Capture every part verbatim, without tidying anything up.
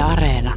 Areena.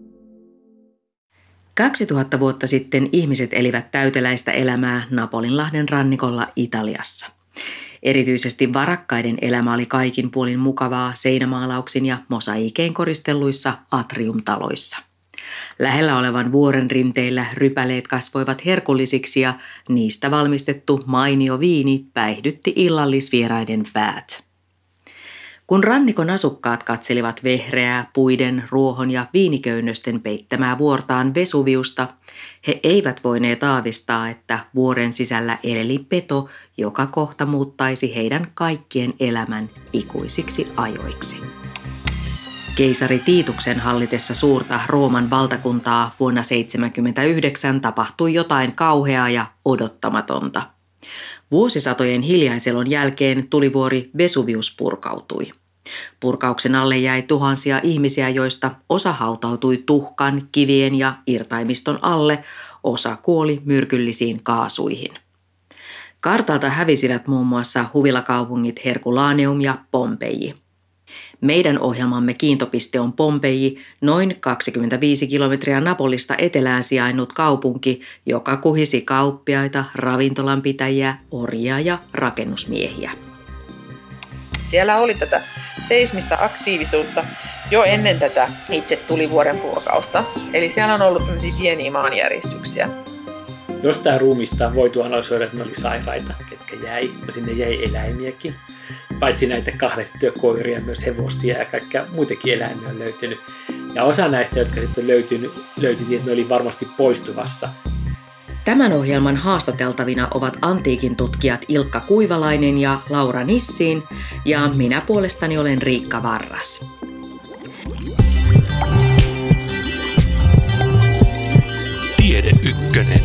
kaksituhatta vuotta sitten ihmiset elivät täyteläistä elämää Napolinlahden rannikolla Italiassa. Erityisesti varakkaiden elämä oli kaikin puolin mukavaa seinämaalauksin ja mosaiikein koristelluissa atriumtaloissa. Lähellä olevan vuoren rinteillä rypäleet kasvoivat herkullisiksi ja niistä valmistettu mainio viini päihdytti illallisvieraiden päät. Kun rannikon asukkaat katselivat vehreää, puiden, ruohon ja viiniköynnösten peittämää vuortaan Vesuviusta, he eivät voineet aavistaa, että vuoren sisällä eleli peto, joka kohta muuttaisi heidän kaikkien elämän ikuisiksi ajoiksi. Keisari Tiituksen hallitessa suurta Rooman valtakuntaa vuonna seitsemänkymmentäyhdeksän tapahtui jotain kauheaa ja odottamatonta. Vuosisatojen hiljaiselon jälkeen tulivuori Vesuvius purkautui. Purkauksen alle jäi tuhansia ihmisiä, joista osa hautautui tuhkan, kivien ja irtaimiston alle, osa kuoli myrkyllisiin kaasuihin. Kartalta hävisivät muun muassa huvilakaupungit Herculaneum ja Pompeji. Meidän ohjelmamme kiintopiste on Pompeji, noin kaksikymmentäviisi kilometriä Napolista etelään sijainnut kaupunki, joka kuhisi kauppiaita, ravintolanpitäjiä, orjia ja rakennusmiehiä. Siellä oli tätä seismistä aktiivisuutta jo ennen tätä itse tulivuoren purkausta. Eli siellä on ollut tämmöisiä pieniä maanjäristyksiä. Jostain ruumista on voitu analysoida, että ne oli sairaita, ketkä jäi. No sinne jäi eläimiäkin. Paitsi näitä kahdettuja koiria, myös hevosia ja kaikkia muitakin eläimiä on löytynyt. Ja osa näistä, jotka sitten on löytynyt, löytynyt, että ne oli varmasti poistuvassa. Tämän ohjelman haastateltavina ovat antiikin tutkijat Ilkka Kuivalainen ja Laura Nissin, ja minä puolestani olen Riikka Varras. Tiede ykkönen.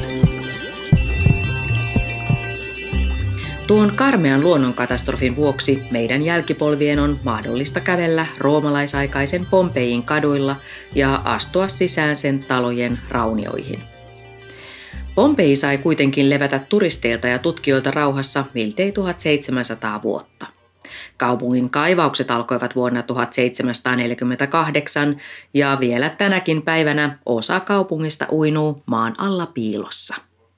Tuon karmean luonnonkatastrofin vuoksi meidän jälkipolvien on mahdollista kävellä roomalaisaikaisen Pompeijin kaduilla ja astua sisään sen talojen raunioihin. Pompeji sai kuitenkin levätä turisteilta ja tutkijoilta rauhassa miltei tuhatseitsemänsataa vuotta. Kaupungin kaivaukset alkoivat vuonna tuhatseitsemänsataaneljäkymmentäkahdeksan ja vielä tänäkin päivänä osa kaupungista uinuu maan alla piilossa.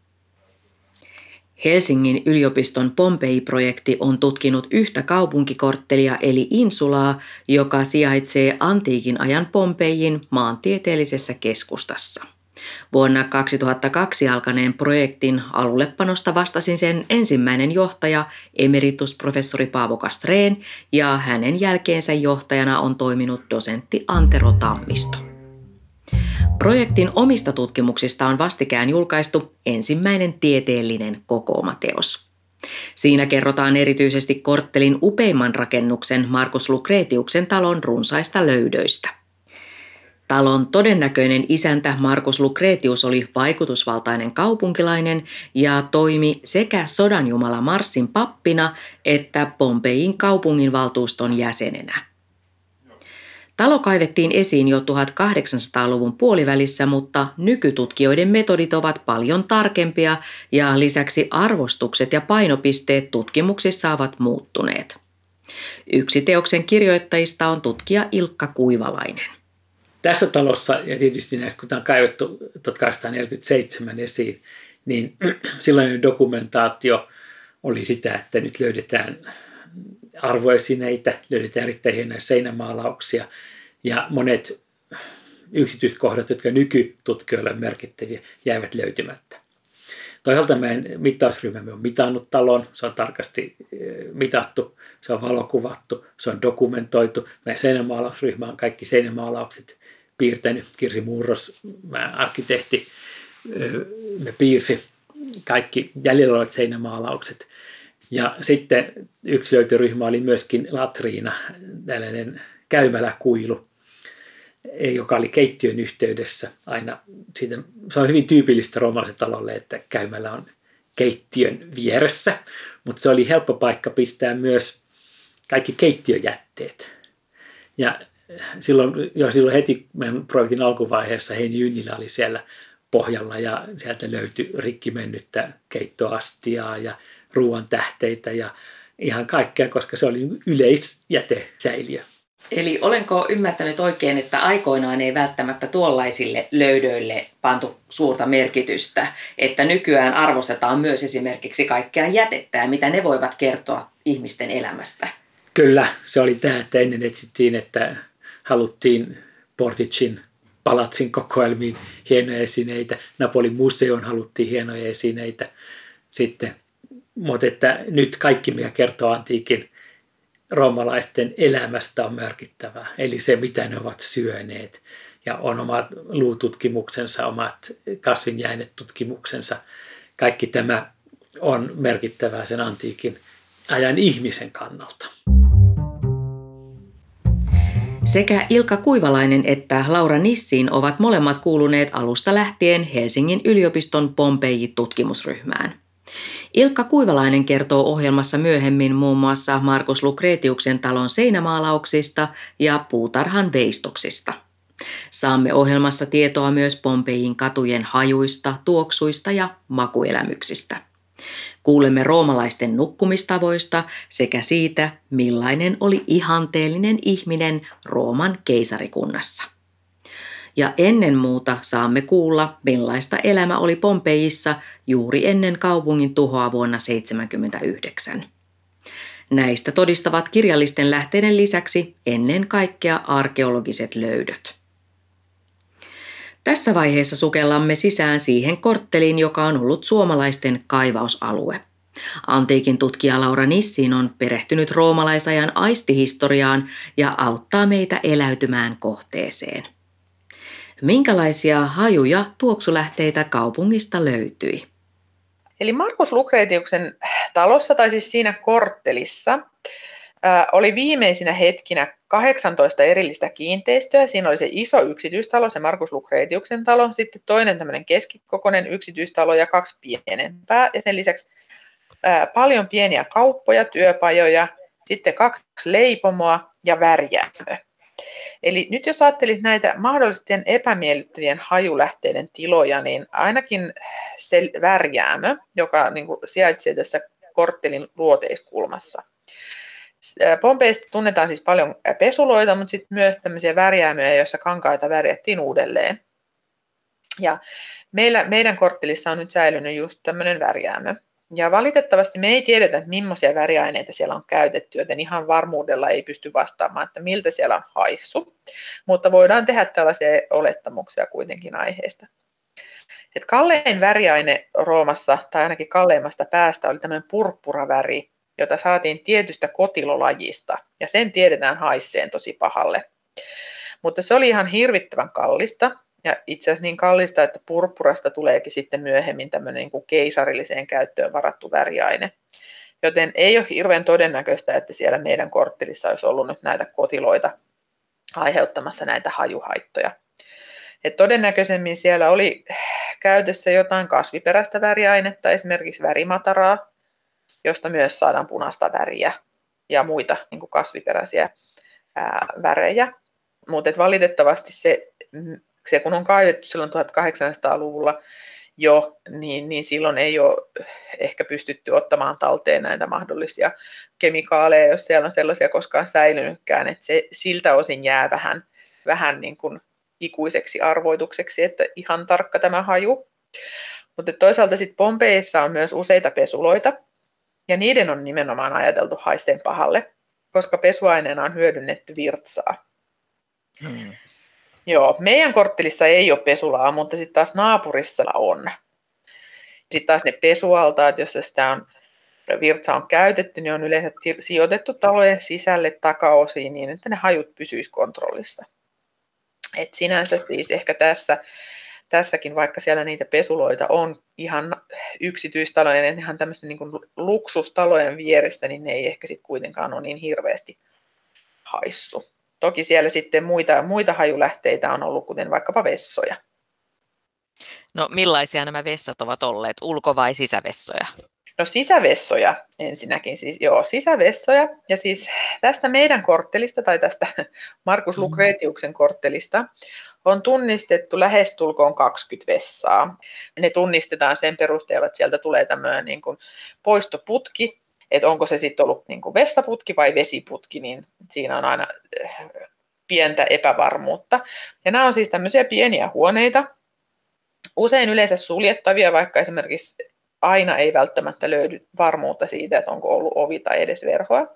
Helsingin yliopiston Pompeji-projekti on tutkinut yhtä kaupunkikorttelia eli insulaa, joka sijaitsee antiikin ajan Pompejin maantieteellisessä keskustassa. Vuonna kaksituhattakaksi alkaneen projektin alullepanosta vastasi sen ensimmäinen johtaja, emeritusprofessori Paavo Castrén, ja hänen jälkeensä johtajana on toiminut dosentti Antero Tammisto. Projektin omista tutkimuksista on vastikään julkaistu ensimmäinen tieteellinen kokoomateos. Siinä kerrotaan erityisesti korttelin upeimman rakennuksen Marcus Lucretiuksen talon runsaista löydöistä. Talon todennäköinen isäntä Marcus Lucretius oli vaikutusvaltainen kaupunkilainen ja toimi sekä sodanjumala Marsin pappina että Pompejin kaupunginvaltuuston jäsenenä. Talo kaivettiin esiin jo tuhatkahdeksansataaluvun puolivälissä, mutta nykytutkijoiden metodit ovat paljon tarkempia ja lisäksi arvostukset ja painopisteet tutkimuksissa ovat muuttuneet. Yksi teoksen kirjoittajista on tutkija Ilkka Kuivalainen. Tässä talossa, ja tietysti näissä, kun tämä on kaivettu tuhatkahdeksansataaneljäkymmentäseitsemän esiin, niin silloinen dokumentaatio oli sitä, että nyt löydetään arvoesineitä, löydetään erittäin hienoja seinämaalauksia ja monet yksityiskohdat, jotka nykytutkijoille on merkittäviä, jäivät löytymättä. Toisaalta meidän mittausryhmämme on mitannut talon, se on tarkasti mitattu, se on valokuvattu, se on dokumentoitu. Meidän seinämaalausryhmä on kaikki seinämaalaukset piirtänyt. Kirsi Murros, arkkitehti, me piirsi kaikki jäljellä olevat seinämaalaukset. Ja sitten yksilöityryhmä oli myöskin latriina, tällainen käymäläkuilu, joka oli keittiön yhteydessä aina. Siitä, se on hyvin tyypillistä roomalaiselle talolle, että käymälä on keittiön vieressä, mutta se oli helppo paikka pistää myös kaikki keittiöjätteet. Ja silloin, jo silloin heti meidän projektin alkuvaiheessa Heini Ynnilä oli siellä pohjalla ja sieltä löytyi rikki mennyttä keittoastiaa ja ruoan tähteitä ja ihan kaikkea, koska se oli yleisjätesäiliö. Eli olenko ymmärtänyt oikein, että aikoinaan ei välttämättä tuollaisille löydöille pantu suurta merkitystä, että nykyään arvostetaan myös esimerkiksi kaikkea jätettä ja mitä ne voivat kertoa ihmisten elämästä? Kyllä, se oli tämä, että ennen etsittiin, että haluttiin Porticin palatsin kokoelmiin hienoja esineitä, Napolin museoon haluttiin hienoja esineitä sitten, mutta että nyt kaikki, mikä kertoo antiikin roomalaisten elämästä on merkittävää, eli se, mitä ne ovat syöneet. Ja on omat luututkimuksensa, omat kasvinjäinetutkimuksensa. Kaikki tämä on merkittävää sen antiikin ajan ihmisen kannalta. Sekä Ilkka Kuivalainen että Laura Nissin ovat molemmat kuuluneet alusta lähtien Helsingin yliopiston Pompeji-tutkimusryhmään. Ilkka Kuivalainen kertoo ohjelmassa myöhemmin muun muassa Markus Lucretiuksen talon seinämaalauksista ja puutarhan veistoksista. Saamme ohjelmassa tietoa myös Pompejin katujen hajuista, tuoksuista ja makuelämyksistä. Kuulemme roomalaisten nukkumistavoista sekä siitä, millainen oli ihanteellinen ihminen Rooman keisarikunnassa. Ja ennen muuta saamme kuulla, millaista elämä oli Pompejissa juuri ennen kaupungin tuhoa vuonna seitsemänkymmentäyhdeksän. Näistä todistavat kirjallisten lähteiden lisäksi ennen kaikkea arkeologiset löydöt. Tässä vaiheessa sukellamme sisään siihen kortteliin, joka on ollut suomalaisten kaivausalue. Antiikin tutkija Laura Nissin on perehtynyt roomalaisajan aistihistoriaan ja auttaa meitä eläytymään kohteeseen. Minkälaisia haju- ja tuoksulähteitä kaupungista löytyi? Eli Markus Lucretiuksen talossa, tai siis siinä korttelissa, oli viimeisinä hetkinä kahdeksantoista erillistä kiinteistöä. Siinä oli se iso yksityistalo, se Markus Lucretiuksen talo, sitten toinen tämmöinen keskikokoinen yksityistalo ja kaksi pienempää. Ja sen lisäksi ää, paljon pieniä kauppoja, työpajoja, sitten kaksi leipomoa ja värjäämö. Eli nyt jos ajattelisi näitä mahdollisesti epämiellyttävien hajulähteiden tiloja, niin ainakin se värjäämö, joka niin kuin sijaitsee tässä korttelin luoteiskulmassa. Pompeista tunnetaan siis paljon pesuloita, mutta sitten myös tämmöisiä värjäämöjä, joissa kankaita värjättiin uudelleen. Ja meillä, meidän korttelissa on nyt säilynyt just tämmöinen värjäämö. Ja valitettavasti me ei tiedetä, että millaisia väriaineita siellä on käytetty, joten ihan varmuudella ei pysty vastaamaan, että miltä siellä on haissut. Mutta voidaan tehdä tällaisia olettamuksia kuitenkin aiheesta. Et kallein väriaine Roomassa, tai ainakin kalleimmasta päästä, oli tämmöinen purppuraväri, jota saatiin tietystä kotilolajista, ja sen tiedetään haisseen tosi pahalle. Mutta se oli ihan hirvittävän kallista, ja itse asiassa niin kallista, että purppurasta tuleekin sitten myöhemmin tämmöinen niin kuin keisarilliseen käyttöön varattu väriaine. Joten ei ole hirveän todennäköistä, että siellä meidän korttelissa olisi ollut nyt näitä kotiloita aiheuttamassa näitä hajuhaittoja. Et todennäköisemmin siellä oli käytössä jotain kasviperäistä väriainetta, esimerkiksi värimataraa, josta myös saadaan punaista väriä ja muita niin kuin kasviperäisiä ää, värejä. Mutta valitettavasti se, se, kun on kaivettu silloin tuhatkahdeksansataaluvulla jo, niin, niin silloin ei ole ehkä pystytty ottamaan talteen näitä mahdollisia kemikaaleja, jos siellä on sellaisia koskaan säilynytkään. Et se siltä osin jää vähän, vähän niin kuin ikuiseksi arvoitukseksi, että ihan tarkka tämä haju. Mutta toisaalta sitten Pompeissa on myös useita pesuloita, ja niiden on nimenomaan ajateltu haisteen pahalle, koska pesuaineena on hyödynnetty virtsaa. Hmm. Joo, meidän korttelissa ei ole pesulaa, mutta sitten taas naapurissa on. Sitten taas ne pesualtaat, joissa sitä on, virtsa on käytetty, niin on yleensä sijoitettu talojen sisälle takaosiin niin, että ne hajut pysyisivät kontrollissa. Et sinänsä siis ehkä tässä, tässäkin, vaikka siellä niitä pesuloita on ihan yksityistalojen, ihan tämmöisten niin kuin luksustalojen vieressä, niin ne ei ehkä sitten kuitenkaan ole niin hirveästi haissu. Toki siellä sitten muita, muita hajulähteitä on ollut, kuten vaikkapa vessoja. No millaisia nämä vessat ovat olleet, ulko- vai sisävessoja? No sisävessoja ensinnäkin, siis joo, sisävessoja. Ja siis tästä meidän korttelista tai tästä Markus Lucretiuksen korttelista on tunnistettu lähestulkoon kaksikymmentä vessaa. Ne tunnistetaan sen perusteella, että sieltä tulee tämmöinen niin kuin poistoputki että onko se sitten ollut niin kuin vessaputki vai vesiputki, niin siinä on aina pientä epävarmuutta. Ja nämä on siis tämmöisiä pieniä huoneita, usein yleensä suljettavia, vaikka esimerkiksi aina ei välttämättä löydy varmuutta siitä, että onko ollut ovi tai edes verhoa.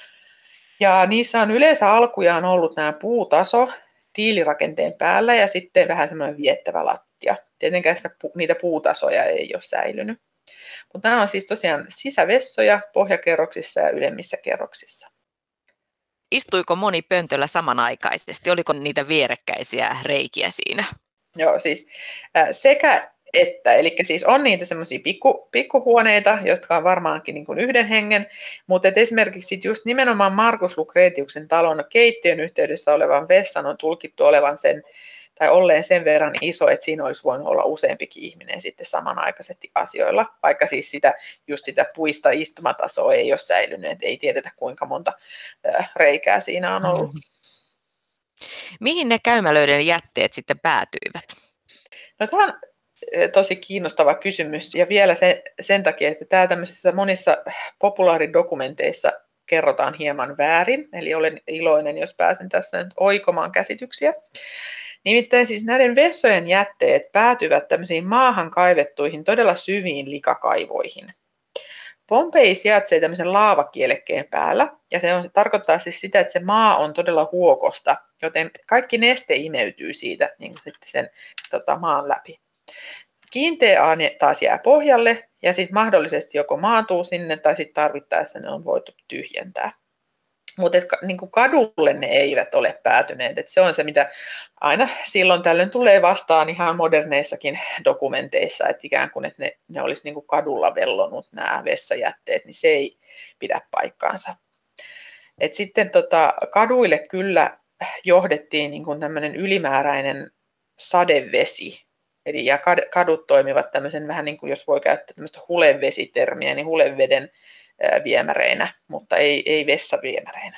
Ja niissä on yleensä alkujaan ollut nämä puutaso tiilirakenteen päällä ja sitten vähän semmoinen viettävä lattia. Tietenkään sitä, niitä puutasoja ei ole säilynyt. Mutta nämä on siis tosiaan sisävessoja pohjakerroksissa ja ylemmissä kerroksissa. Istuiko moni pöntöllä samanaikaisesti? Oliko niitä vierekkäisiä reikiä siinä? Joo, siis äh, sekä että, eli siis on niitä semmoisia pikku, pikkuhuoneita, jotka on varmaankin niin kuin yhden hengen, mutta esimerkiksi just nimenomaan Markus Lucretiuksen talon keittiön yhteydessä olevan vessan on tulkittu olevan sen, tai olleen sen verran iso, että siinä olisi voinut olla useampikin ihminen sitten samanaikaisesti asioilla, vaikka siis sitä, just sitä puista istumatasoa ei ole säilynyt, että ei tiedetä kuinka monta äh, reikää siinä on ollut. Mihin ne käymälöiden jätteet sitten päätyivät? No, tämä on tosi kiinnostava kysymys ja vielä sen, sen takia, että tämä tämmöisissä monissa populaaridokumenteissa kerrotaan hieman väärin, eli olen iloinen, jos pääsen tässä nyt oikomaan käsityksiä. Nimittäin siis näiden vessojen jätteet päätyvät tämmöisiin maahan kaivettuihin todella syviin likakaivoihin. Pompei sijaitsee tämmöisen laavakielekkeen päällä, ja se, on, se tarkoittaa siis sitä, että se maa on todella huokosta, joten kaikki neste imeytyy siitä niin kuin sitten sen tota, maan läpi. Kiinteä aine taas jää pohjalle, ja sitten mahdollisesti joko maatuu sinne, tai sitten tarvittaessa ne on voitu tyhjentää. Mutta niin kadulle ne eivät ole päätyneet. Et se on se, mitä aina silloin tällöin tulee vastaan ihan moderneissakin dokumenteissa, että ikään kuin että ne, ne olisi niin kuin kadulla vellonut nämä vessajätteet, niin se ei pidä paikkaansa. Et sitten tota, kaduille kyllä johdettiin niin kuin tämmöinen ylimääräinen sadevesi. Eli ja kadut toimivat tämmöisen vähän niin kuin, jos voi käyttää tämmöistä hulevesitermiä, niin huleveden viemäreinä, mutta ei, ei vessaviemäreinä.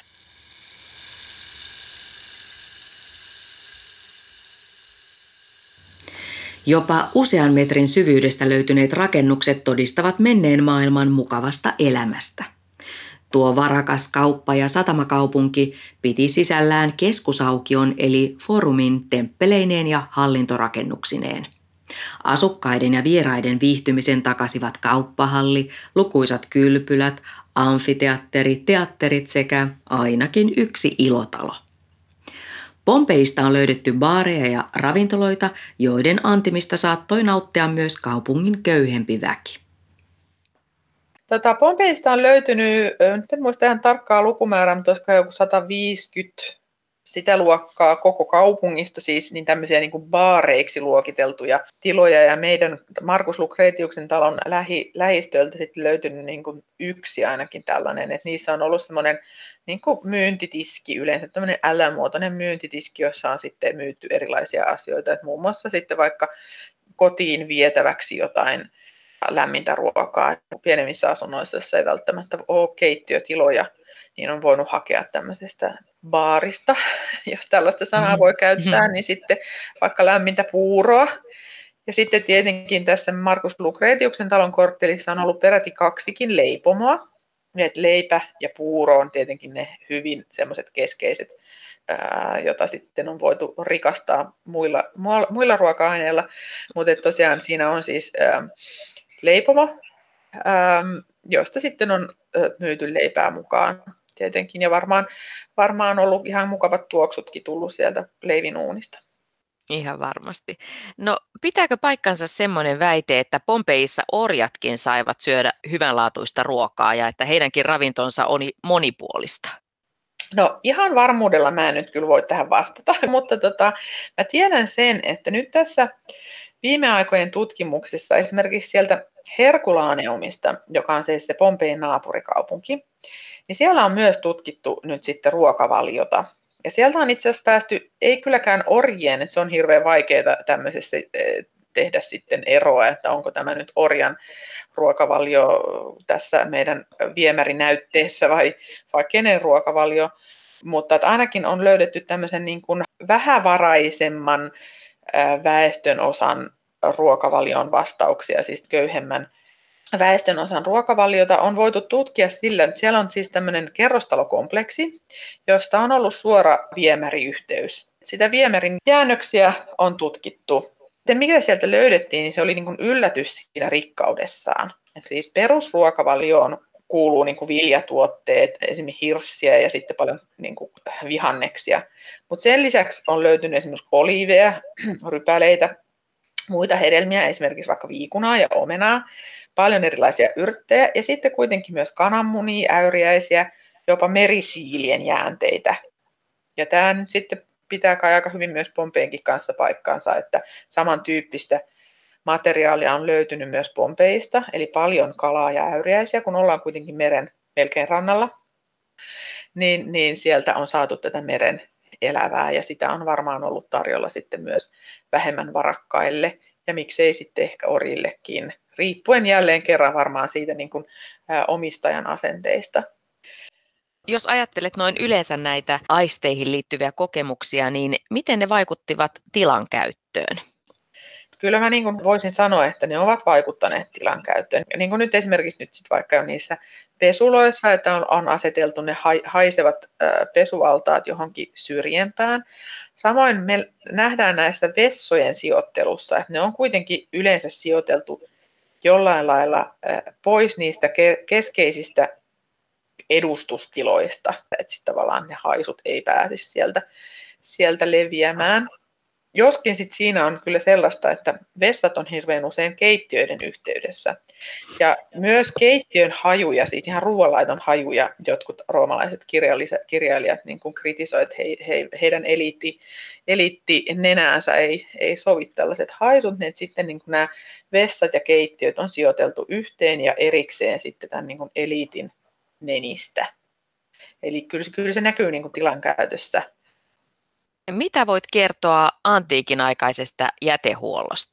Jopa usean metrin syvyydestä löytyneet rakennukset todistavat menneen maailman mukavasta elämästä. Tuo varakas kauppa- ja satamakaupunki piti sisällään keskusaukion eli forumin temppeleineen ja hallintorakennuksineen. Asukkaiden ja vieraiden viihtymisen takasivat kauppahalli, lukuisat kylpylät, amfiteatterit, teatterit sekä ainakin yksi ilotalo. Pompeista on löydetty baareja ja ravintoloita, joiden antimista saattoi nauttia myös kaupungin köyhempi väki. Tota, Pompeista on löytynyt, nyt en muista ihan tarkkaa lukumäärää, mutta olisiko joku sata viisikymmentä sitä luokkaa koko kaupungista, siis niin tämmöisiä niin kuin baareiksi luokiteltuja tiloja, ja meidän Markus Lucretiuksen talon lähi, lähistöltä sitten löytynyt niin kuin yksi ainakin tällainen, että niissä on ollut semmoinen niin kuin myyntitiski, yleensä tämmöinen L-muotoinen myyntitiski, jossa on sitten myyty erilaisia asioita, että muun muassa sitten vaikka kotiin vietäväksi jotain lämmintä ruokaa, pienemmissä asunnoissa, joissa ei välttämättä ole keittiötiloja, niin on voinut hakea tämmöisestä baarista, jos tällaista sanaa voi käyttää, niin sitten vaikka lämmintä puuroa. Ja sitten tietenkin tässä Markus Lucretiuksen talon korttelissa on ollut peräti kaksikin leipomoa. Et leipä ja puuro on tietenkin ne hyvin semmoiset keskeiset, ää, jota sitten on voitu rikastaa muilla, muilla ruoka-aineilla. Mutta tosiaan siinä on siis ää, leipomo, ää, josta sitten on ää, myyty leipää mukaan. Tietenkin, ja varmaan, varmaan on ollut ihan mukavat tuoksutkin tullut sieltä leivinuunista. Ihan varmasti. No, pitääkö paikkansa semmoinen väite, että Pompeissa orjatkin saivat syödä hyvänlaatuista ruokaa ja että heidänkin ravintonsa oli monipuolista? No, ihan varmuudella mä en nyt kyllä voi tähän vastata, mutta tota, mä tiedän sen, että nyt tässä viime aikojen tutkimuksissa esimerkiksi sieltä Herkulaaneumista, joka on siis se Pompein naapurikaupunki, niin siellä on myös tutkittu nyt sitten ruokavaliota. Ja sieltä on itse asiassa päästy, ei kylläkään orjien, että se on hirveän vaikeaa tämmöisessä tehdä sitten eroa, että onko tämä nyt orjan ruokavalio tässä meidän viemärinäytteessä vai, vai kenen ruokavalio. Mutta että ainakin on löydetty tämmöisen niin kuin vähävaraisemman väestön osan ruokavalion vastauksia, siis köyhemmän väestönosan ruokavaliota on voitu tutkia sillä, että siellä on siis tämmöinen kerrostalokompleksi, josta on ollut suora viemäriyhteys. Sitä viemärin jäännöksiä on tutkittu. Se, mikä sieltä löydettiin, niin se oli niin kuin yllätys siinä rikkaudessaan. Et siis perusruokavalioon kuuluu niin kuin viljatuotteet, esimerkiksi hirssiä ja sitten paljon niin kuin vihanneksia. Mutta sen lisäksi on löytynyt esimerkiksi oliiveja, rypäleitä, muita hedelmiä, esimerkiksi vaikka viikunaa ja omenaa, paljon erilaisia yrttejä ja sitten kuitenkin myös kananmunia, äyriäisiä, jopa merisiilien jäänteitä. Ja tämä nyt sitten pitää kai aika hyvin myös Pompeinkin kanssa paikkaansa, että samantyyppistä materiaalia on löytynyt myös Pompeista, eli paljon kalaa ja äyriäisiä, kun ollaan kuitenkin meren melkein rannalla, niin, niin sieltä on saatu tätä meren elävää ja sitä on varmaan ollut tarjolla sitten myös vähemmän varakkaille ja miksei sitten ehkä orjillekin, riippuen jälleen kerran varmaan siitä niin kuin, ä, omistajan asenteista. Jos ajattelet noin yleensä näitä aisteihin liittyviä kokemuksia, niin miten ne vaikuttivat tilan käyttöön? Kyllä mä niin kuin voisin sanoa, että ne ovat vaikuttaneet tilan käyttöön. Niin kuin nyt esimerkiksi nyt sit vaikka jo niissä pesuloissa, että on, on aseteltu ne haisevat äh, pesualtaat johonkin syrjempään. Samoin me nähdään näissä vessojen sijoittelussa, että ne on kuitenkin yleensä sijoiteltu jollain lailla äh, pois niistä ke- keskeisistä edustustiloista, että sitten tavallaan ne haisut ei pääsisi sieltä, sieltä leviämään. Joskin sit siinä on kyllä sellaista, että vessat on hirveän usein keittiöiden yhteydessä. Ja myös keittiön hajuja, siis ihan ruoanlaiton hajuja, jotkut roomalaiset kirjailijat niin kuin kritisoivat, että he, he, heidän eliitti, eliitti nenäänsä ei, ei sovi tällaiset haisut, niin sitten niin kuin nämä vessat ja keittiöt on sijoiteltu yhteen ja erikseen sitten tämän niin kuin eliitin nenistä. Eli kyllä, kyllä se näkyy niin kuin tilan käytössä. Mitä voit kertoa antiikin aikaisesta jätehuollosta?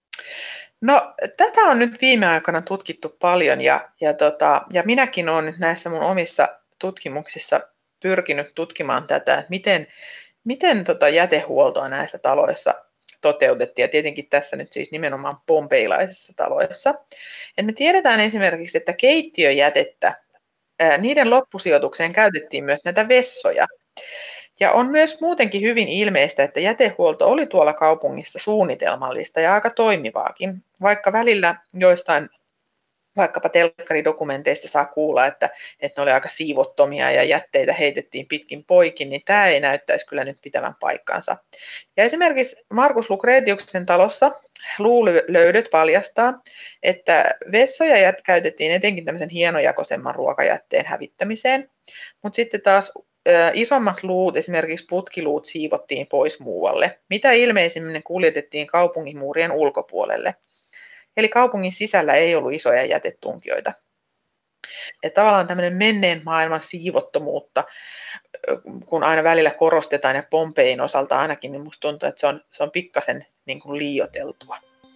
No, tätä on nyt viime aikoina tutkittu paljon ja, ja, tota, ja minäkin olen nyt näissä mun omissa tutkimuksissa pyrkinyt tutkimaan tätä, että miten, miten tota jätehuoltoa näissä taloissa toteutettiin ja tietenkin tässä nyt siis nimenomaan pompeilaisissa taloissa. Et me tiedetään esimerkiksi, että keittiöjätettä, ää, niiden loppusijoitukseen käytettiin myös näitä vessoja. Ja on myös muutenkin hyvin ilmeistä, että jätehuolto oli tuolla kaupungissa suunnitelmallista ja aika toimivaakin, vaikka välillä joistain vaikkapa telkkaridokumenteista saa kuulla, että, että ne oli aika siivottomia ja jätteitä heitettiin pitkin poikin, niin tämä ei näyttäisi kyllä nyt pitävän paikkaansa. Ja esimerkiksi Markus Lucretiuksen talossa luulöydöt paljastaa, että vessoja käytettiin etenkin tämmöisen hienojakoisemman ruokajätteen hävittämiseen, mutta sitten taas isommat luut, esimerkiksi putkiluut, siivottiin pois muualle. Mitä ilmeisimmin ne kuljetettiin kaupungin muurien ulkopuolelle. Eli kaupungin sisällä ei ollut isoja jätetunkioita. Ja tavallaan tämmöinen menneen maailman siivottomuutta, kun aina välillä korostetaan ja Pompein osalta ainakin, niin musta tuntuu, että se on, se on pikkasen niin kuin liioiteltua.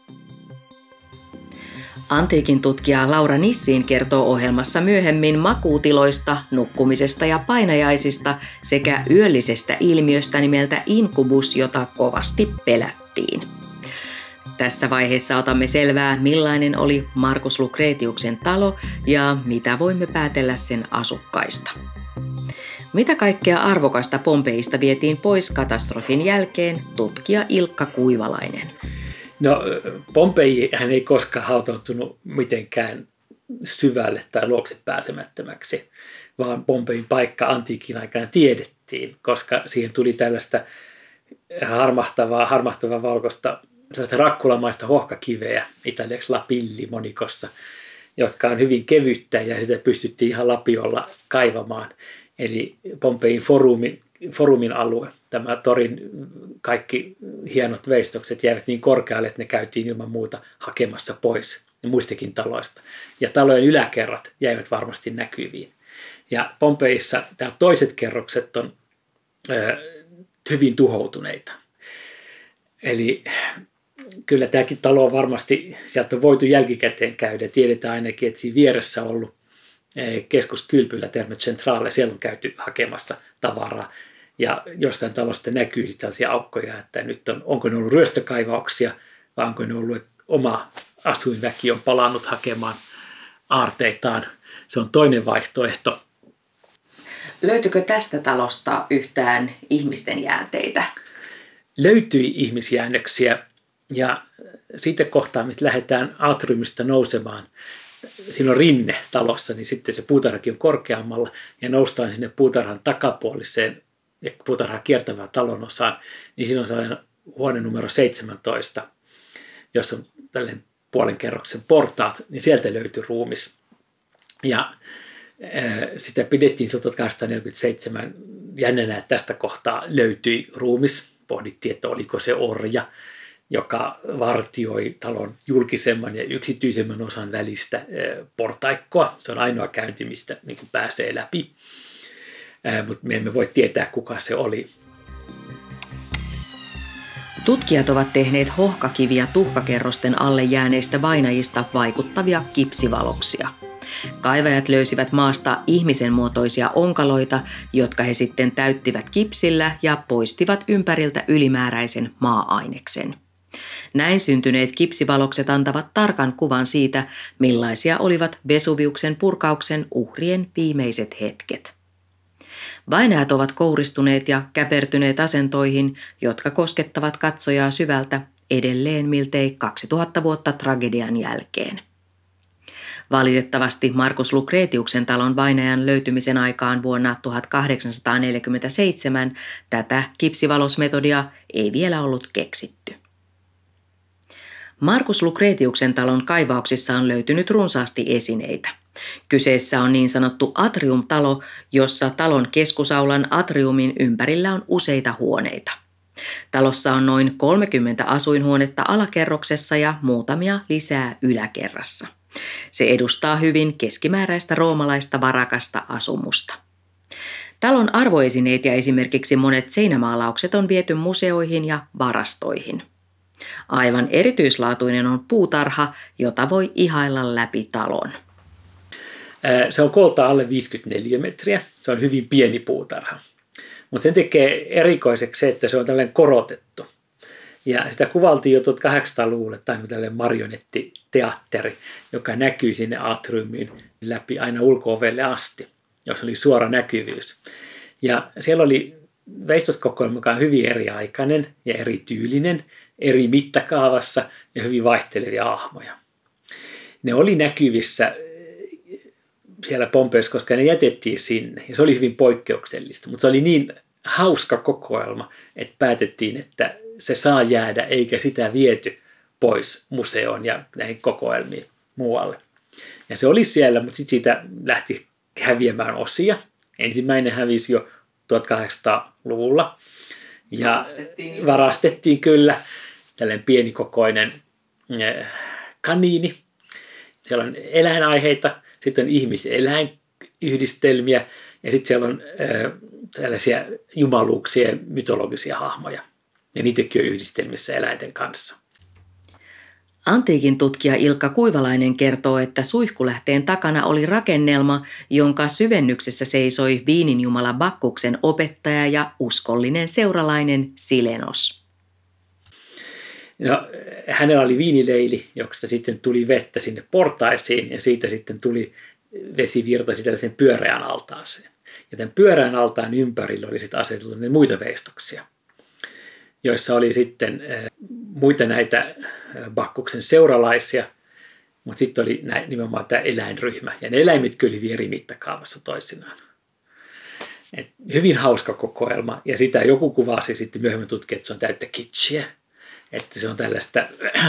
Antiikin tutkija Laura Nissin kertoo ohjelmassa myöhemmin makuutiloista, nukkumisesta ja painajaisista sekä yöllisestä ilmiöstä nimeltä inkubus, jota kovasti pelättiin. Tässä vaiheessa otamme selvää, millainen oli Markus Lucretiuksen talo ja mitä voimme päätellä sen asukkaista. Mitä kaikkea arvokasta Pompeista vietiin pois katastrofin jälkeen, tutkija Ilkka Kuivalainen. No, Pompei hän ei koskaan hautautunut mitenkään syvälle tai luokse pääsemättömäksi, vaan Pompein paikka antiikin aikana tiedettiin, koska siihen tuli tällaista harmahtavaa, harmahtavaa valkoista, sellaista rakkulamaista hohkakiveä, italiaksi lapilli monikossa, jotka on hyvin kevyttä ja sitä pystyttiin ihan lapiolla kaivamaan. Eli Pompein forumin Forumin alue, tämä torin kaikki hienot veistokset jäivät niin korkealle, että ne käytiin ilman muuta hakemassa pois muistakin taloista. Ja talojen yläkerrat jäivät varmasti näkyviin. Ja Pompeissa nämä toiset kerrokset on ö, hyvin tuhoutuneita. Eli kyllä tämäkin talo on varmasti, sieltä on voitu jälkikäteen käydä. Tiedetään ainakin, että siinä vieressä on ollut keskuskylpyllä Terme Centrale, siellä on käyty hakemassa tavaraa. Ja jostain talosta näkyy tällaisia aukkoja, että nyt on, onko ne ollut ryöstökaivauksia vai onko ne ollut, että oma asuinväki on palannut hakemaan aarteitaan. Se on toinen vaihtoehto. Löytyykö tästä talosta yhtään ihmisten jäänteitä? Löytyi ihmisjäännöksiä ja siitä kohtaa, missä lähdetään atriumista nousemaan, siinä on rinne talossa, niin sitten se puutarhakin on korkeammalla ja noustaan sinne puutarhan takapuoliseen ja puutarhaa kiertävään talon osaan, niin siinä on sellainen huone numero seitsemäntoista, jossa on tällainen puolen kerroksen portaat, niin sieltä löytyi ruumis. Ja sitä pidettiin tuhatkahdeksansataaneljäkymmentäseitsemän jännänä, että tästä kohtaa löytyi ruumis. Pohdittiin, että oliko se orja, joka vartioi talon julkisemman ja yksityisemmän osan välistä portaikkoa. Se on ainoa käynti, mistä niin kuin pääsee läpi, mutta me emme voi tietää, kuka se oli. Tutkijat ovat tehneet hohkakivi- ja tuhkakerrosten alle jääneistä vainajista vaikuttavia kipsivaloksia. Kaivajat löysivät maasta ihmisen muotoisia onkaloita, jotka he sitten täyttivät kipsillä ja poistivat ympäriltä ylimääräisen maa-aineksen. Näin syntyneet kipsivalokset antavat tarkan kuvan siitä, millaisia olivat Vesuviuksen purkauksen uhrien viimeiset hetket. Vainajat ovat kouristuneet ja käpertyneet asentoihin, jotka koskettavat katsojaa syvältä edelleen miltei kaksituhatta vuotta tragedian jälkeen. Valitettavasti Markus Lucretiuksen talon vainajan löytymisen aikaan vuonna tuhatkahdeksansataaneljäkymmentäseitsemän tätä kipsivalosmetodia ei vielä ollut keksitty. Markus Lucretiuksen talon kaivauksissa on löytynyt runsaasti esineitä. Kyseessä on niin sanottu atriumtalo, jossa talon keskusaulan atriumin ympärillä on useita huoneita. Talossa on noin kolmekymmentä asuinhuonetta alakerroksessa ja muutamia lisää yläkerrassa. Se edustaa hyvin keskimääräistä roomalaista varakasta asumusta. Talon arvoesineet ja esimerkiksi monet seinämaalaukset on viety museoihin ja varastoihin. Aivan erityislaatuinen on puutarha, jota voi ihailla läpi talon. Se on kooltaan alle viisikymmentäneljä metriä. Se on hyvin pieni puutarha. Mutta sen tekee erikoiseksi se, että se on tällainen korotettu. Ja sitä kuvaltiin jo tuhatkahdeksansataaluvulla tai tällainen marionettiteatteri, joka näkyy sinne atriumiin läpi aina ulko-ovelle asti, jos oli suora näkyvyys. Ja siellä oli veistoskokoelma, joka on hyvin eriaikainen ja erityylinen, eri mittakaavassa ja hyvin vaihtelevia hahmoja. Ne oli näkyvissä siellä Pompeissa, koska ne jätettiin sinne ja se oli hyvin poikkeuksellista, mutta se oli niin hauska kokoelma, että päätettiin, että se saa jäädä eikä sitä viety pois museoon ja näihin kokoelmiin muualle. Ja se oli siellä, mutta sitten siitä lähti häviämään osia. Ensimmäinen hävisi jo tuhatkahdeksansataaluvulla ja varastettiin, varastettiin kyllä tällainen pienikokoinen kaniini. Siellä on eläinaiheita, sitten on ihmis-eläinyhdistelmiä ja sitten siellä on äh, tällaisia jumaluuksia ja mytologisia hahmoja. Ja niitäkin on yhdistelmissä eläinten kanssa. Antiikin tutkija Ilkka Kuivalainen kertoo, että suihkulähteen takana oli rakennelma, jonka syvennyksessä seisoi viininjumala Bakkuksen opettaja ja uskollinen seuralainen Silenos. No, hänellä oli viinileili, josta sitten tuli vettä sinne portaisiin ja siitä sitten tuli vesivirta tällaisen pyöreän altaaseen. Ja tämän pyöreän altaan ympärillä oli sitten asetettu muita veistoksia, joissa oli sitten muita näitä Bakkuksen seuralaisia, mutta sitten oli nimenomaan tämä eläinryhmä. Ja ne eläimet kyllä hyvin eri mittakaavassa toisinaan. Et hyvin hauska kokoelma. Ja sitä joku kuvasi sitten myöhemmin tutkia, että se on täyttä kitschiä. Että se on tällaista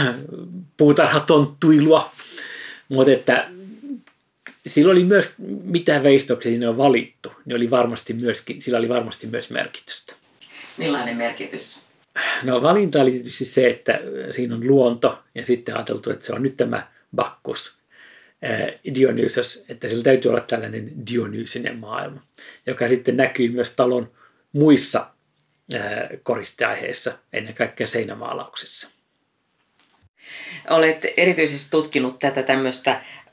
puutarhatonttuilua. Mutta että sillä oli myös, mitä veistoksia ne on valittu, niin oli varmasti myöskin, sillä oli varmasti myös merkitystä. Millainen merkitys? No valinta oli tietysti se, että siinä on luonto ja sitten ajateltu, että se on nyt tämä Bakkus, Dionysos, että sillä täytyy olla tällainen dionysinen maailma, joka sitten näkyy myös talon muissa koristeaiheissa, ennen kaikkea seinämaalauksissa. Olet erityisesti tutkinut tätä tämmöistä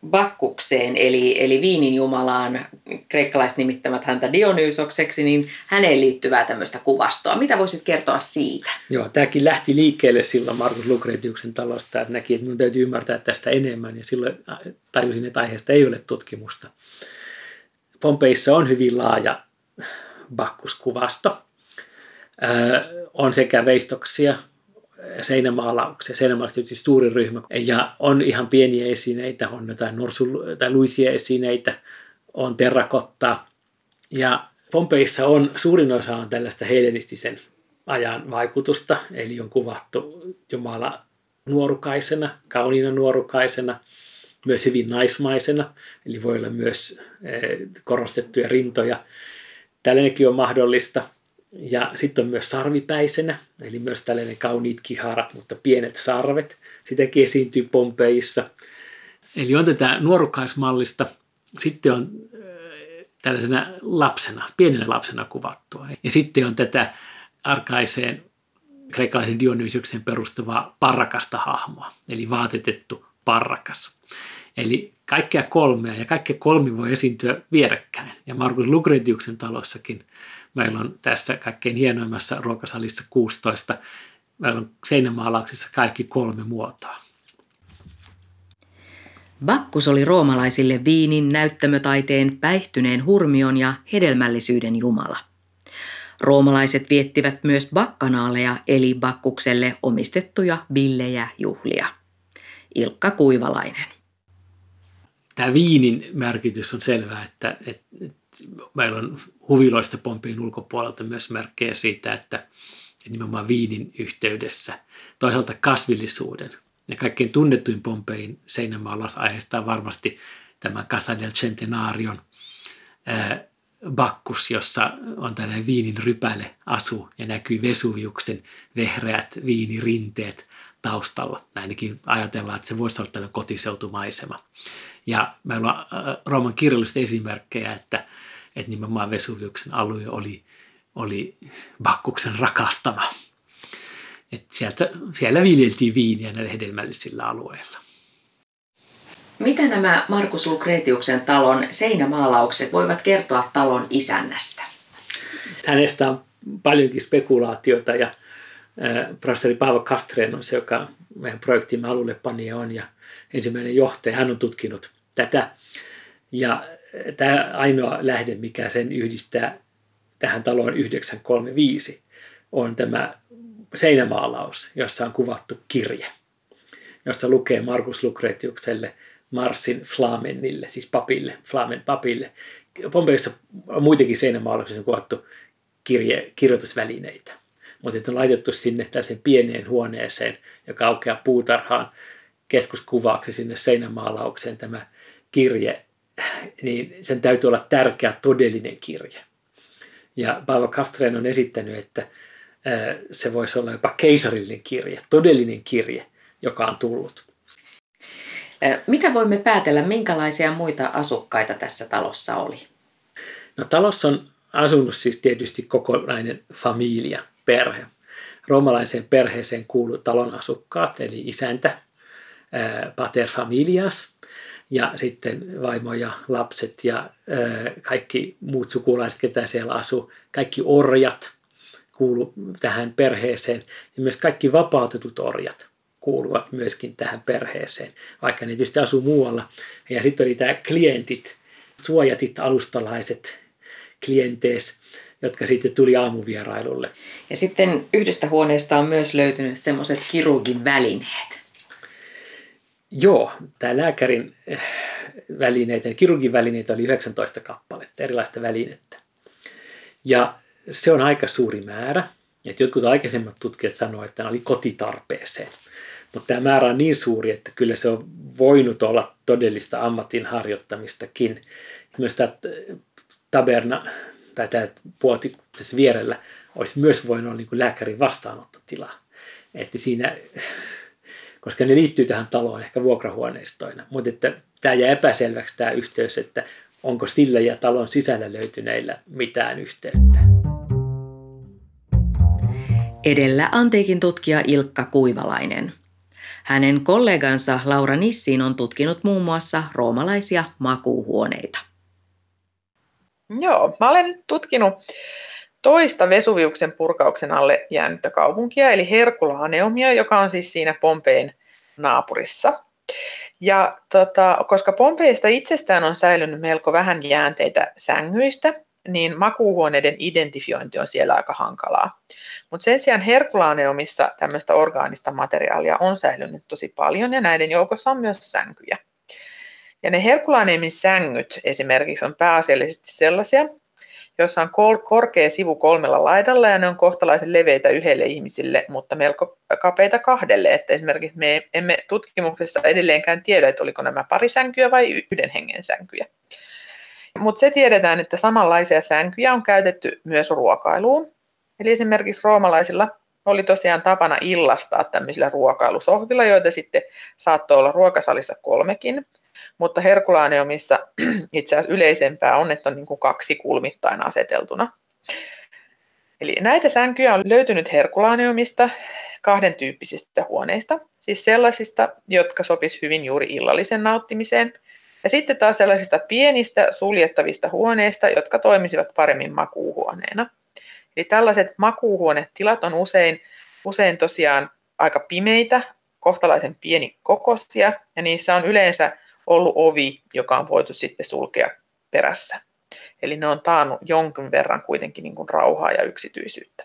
Bakkukseen, eli, eli viinin jumalaan, kreikkalaiset nimittävät häntä Dionysokseksi, niin häneen liittyvää tämmöistä kuvastoa. Mitä voisit kertoa siitä? Joo, tämäkin lähti liikkeelle silloin Markus Lucretiuksen talosta, että näki, että minun täytyy ymmärtää tästä enemmän, ja silloin tajusin, että aiheesta ei ole tutkimusta. Pompeissa on hyvin laaja Bakkuskuvasto. Öö, on sekä veistoksia, seinämaalauksia, seinämaalauksia on suuri ryhmä, ja on ihan pieniä esineitä, on jotain norsu- tai luisia esineitä, on terrakottaa, ja Pompeissa on, suurin osa on tällaista hellenistisen ajan vaikutusta, eli on kuvattu Jumala nuorukaisena, kauniina nuorukaisena, myös hyvin naismaisena, eli voi olla myös korostettuja rintoja. Tällainenkin on mahdollista. Ja sitten on myös sarvipäisenä, eli myös tällainen kauniit kiharat, mutta pienet sarvet. Sitäkin esiintyy Pompeissa. Eli on tätä nuorukaismallista, sitten on tällaisena lapsena, pienenä lapsena kuvattua. Ja sitten on tätä arkaiseen kreikkalaisen Dionysiuksen perustuvaa parrakasta hahmoa, eli vaatetettu parrakas. Eli kaikkea kolmea, ja kaikkea kolmi voi esiintyä vierekkäin. Ja Markus Lucretiuksen talossakin meillä on tässä kaikkein hienoimmassa ruokasalissa kuusitoista, meillä on seinämaalauksissa kaikki kolme muotoa. Bakkus oli roomalaisille viinin, näyttämötaiteen, päihtyneen hurmion ja hedelmällisyyden jumala. Roomalaiset viettivät myös bakkanaaleja eli Bakkukselle omistettuja villejä juhlia. Ilkka Kuivalainen. Tämä viinin merkitys on selvää, että, että, että meillä on huviloista Pompein ulkopuolelta myös merkkejä siitä, että nimenomaan viinin yhteydessä toisaalta kasvillisuuden. Ja kaikkein tunnetuin Pompein seinämaalaus aiheestaan varmasti tämä Casa del Centenarion ää, Bakkus, jossa on tällainen viinin rypäle asu ja näkyy Vesuviuksen vehreät viinirinteet taustalla. Ainakin ajatellaan, että se voisi olla tällainen kotiseutumaisema. Ja meillä on Rooman kirjallisista esimerkkejä, että, että nimenomaan Vesuviuksen alue oli, oli Bakkuksen rakastama. Että sieltä, siellä viljeltiin viiniä näillä hedelmällisillä alueilla. Mitä nämä Markus Lucretiuksen talon seinämaalaukset voivat kertoa talon isännästä? Hänestä on paljonkin spekulaatiota ja äh, professori Paavo Castrén on se, joka meidän projektimme alulle panija on ja ensimmäinen johtaja. Hän on tutkinut tätä ja tämä ainoa lähde, mikä sen yhdistää tähän taloon yhdeksän kolmekymmentäviisi, on tämä seinämaalaus, jossa on kuvattu kirje, jossa lukee Markus Lucretiukselle Marsin Flamenille, siis papille, Flamen papille. Pompeissa on muitakin seinämaalauksia, on kuvattu kirje, kirjoitusvälineitä, mutta on laitettu sinne tällaiseen pieneen huoneeseen, joka aukeaa puutarhaan keskuskuvaksi sinne seinämaalaukseen tämä kirje, niin sen täytyy olla tärkeä todellinen kirje. Ja Paavo Castrén on esittänyt, että se voisi olla jopa keisarillinen kirje, todellinen kirje, joka on tullut. Mitä voimme päätellä, minkälaisia muita asukkaita tässä talossa oli? No, talossa on asunut siis tietysti kokonainen familia, perhe. Roomalaiseen perheeseen kuuluu talon asukkaat, eli isäntä, pater familias, ja sitten vaimo ja lapset ja kaikki muut sukulaiset, ketä siellä asuu, kaikki orjat kuuluu tähän perheeseen, ja myös kaikki vapautetut orjat kuuluvat myöskin tähän perheeseen, vaikka ne tietysti asuu muualla. Ja sitten oli tämä klientit, suojatit alustalaiset, klientees, jotka sitten tuli aamuvierailulle. Ja sitten yhdestä huoneesta on myös löytynyt semmoiset kirurgin välineet. Joo, tämä lääkärin välineitä, kirurgin välineitä oli yhdeksäntoista kappaletta, erilaista välinettä. Ja se on aika suuri määrä. Että jotkut aikaisemmat tutkijat sanoivat, että ne oli kotitarpeeseen. Mutta tämä määrä on niin suuri, että kyllä se on voinut olla todellista ammatin harjoittamistakin. Myös tämä taberna tai tämä puoti tässä vierellä olisi myös voinut olla niin kuin lääkärin vastaanottotila. Että siinä, koska ne liittyy tähän taloon ehkä vuokrahuoneistoina. Mutta että tämä jää epäselväksi tämä yhteys, että onko sillä ja talon sisällä löytyneillä mitään yhteyttä. Edellä antiikin tutkija Ilkka Kuivalainen. Hänen kollegansa Laura Nissin on tutkinut muun muassa roomalaisia makuuhuoneita. Joo, mä olen nyt tutkinut toista Vesuviuksen purkauksen alle jäänyttä kaupunkia, eli Herkulaaneumia, joka on siis siinä Pompein naapurissa. Ja tota, koska Pompeista itsestään on säilynyt melko vähän jäänteitä sängyistä, niin makuuhuoneiden identifiointi on siellä aika hankalaa. Mutta sen sijaan Herkulaaneumissa tämmöistä orgaanista materiaalia on säilynyt tosi paljon, ja näiden joukossa on myös sänkyjä. Ja ne Herkulaaneumin sängyt esimerkiksi on pääasiallisesti sellaisia, joissa on korkea sivu kolmella laidalla, ja ne on kohtalaisen leveitä yhdelle ihmisille, mutta melko kapeita kahdelle. Että esimerkiksi me emme tutkimuksessa edelleenkään tiedä, että oliko nämä parisänkyjä vai yhden hengen sänkyjä. Mutta se tiedetään, että samanlaisia sänkyjä on käytetty myös ruokailuun. Eli esimerkiksi roomalaisilla oli tosiaan tapana illastaa tämmöisillä ruokailusohvilla, joita sitten saattoi olla ruokasalissa kolmekin. Mutta Herkulaaneumissa itse asiassa yleisempää on, että on niin kuin kaksi kulmittain aseteltuna. Eli näitä sänkyjä on löytynyt Herkulaaneumista kahden tyyppisistä huoneista. Siis sellaisista, jotka sopis hyvin juuri illallisen nauttimiseen. Ja sitten taas sellaisista pienistä suljettavista huoneista, jotka toimisivat paremmin makuuhuoneena. Eli tällaiset makuuhuonetilat on usein, usein tosiaan aika pimeitä, kohtalaisen pieni kokoisia, ja niissä on yleensä ollut ovi, joka on voitu sitten sulkea perässä. Eli ne on taannut jonkin verran kuitenkin niin kuin rauhaa ja yksityisyyttä.